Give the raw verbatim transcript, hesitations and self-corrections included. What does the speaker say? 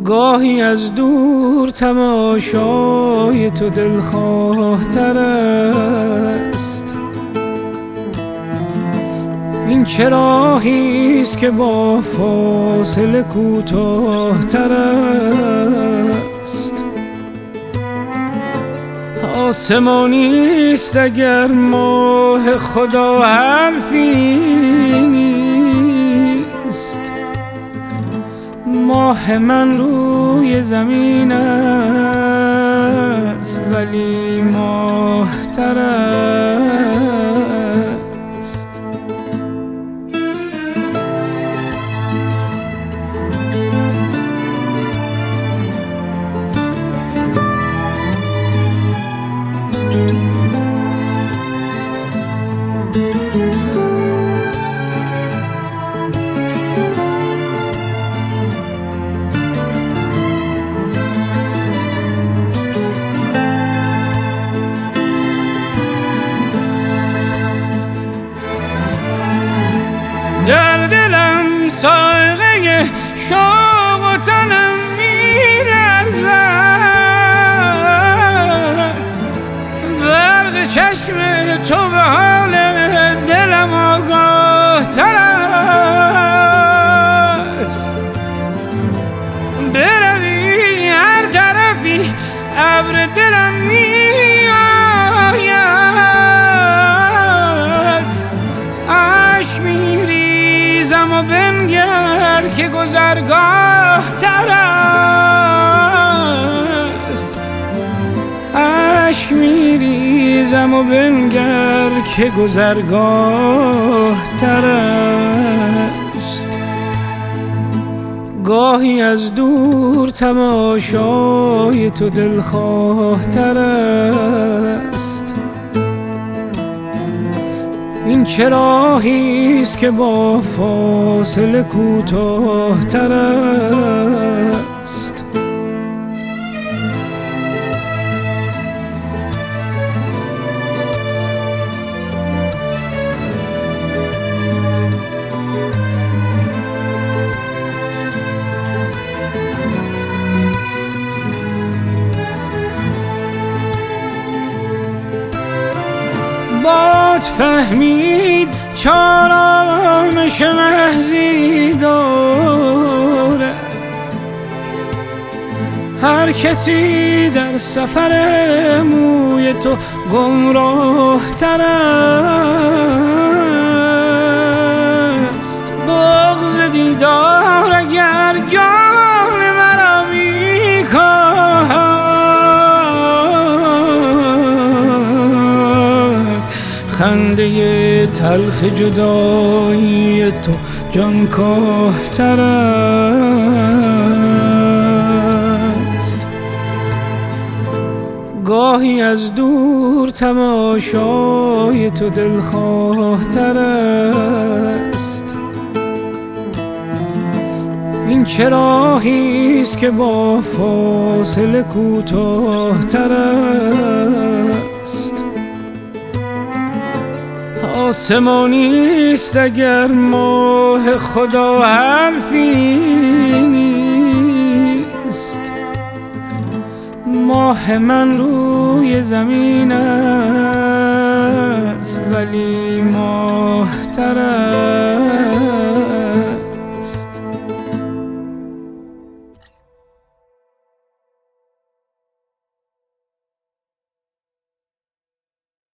گاهی از دور تماشای تو دلخواه تر است. این چه راهیست که با فاصله کوتاه تر است. آسمانیست اگر ماه خدا حرفی نیست. ماه من روی زمین است ولی ماه تر است. در دلم سایقه شوق و تنم می‌لرزد. برق چشم تو به حال دلم آگاه تر است. بروی هر طرفی ابر دلم می‌آید. اشک می‌ریزم و بنگر که گذرگاه تر است. اشک می‌ریزم و بنگر که گذرگاه تر است. گاهی از دور تماشای تو دلخواه تر است. این چه راهیست که با فاصله کوتاه تر است. باد فهمید چارامش محضی داره. هر کسی در سفر موی تو گمراه تر است. بغض دیدار اگر جان مرا می‌کاهد. خنده تلخ جدایی تو جانکاه تر است. گاهی از دور تماشای تو دلخواه تر است. این چه راهیست که با فاصله کوتاه تر است. آسمانیست اگر ماه خدا حرفی نیست. ماه من روی زمین است ولی ماه تر است.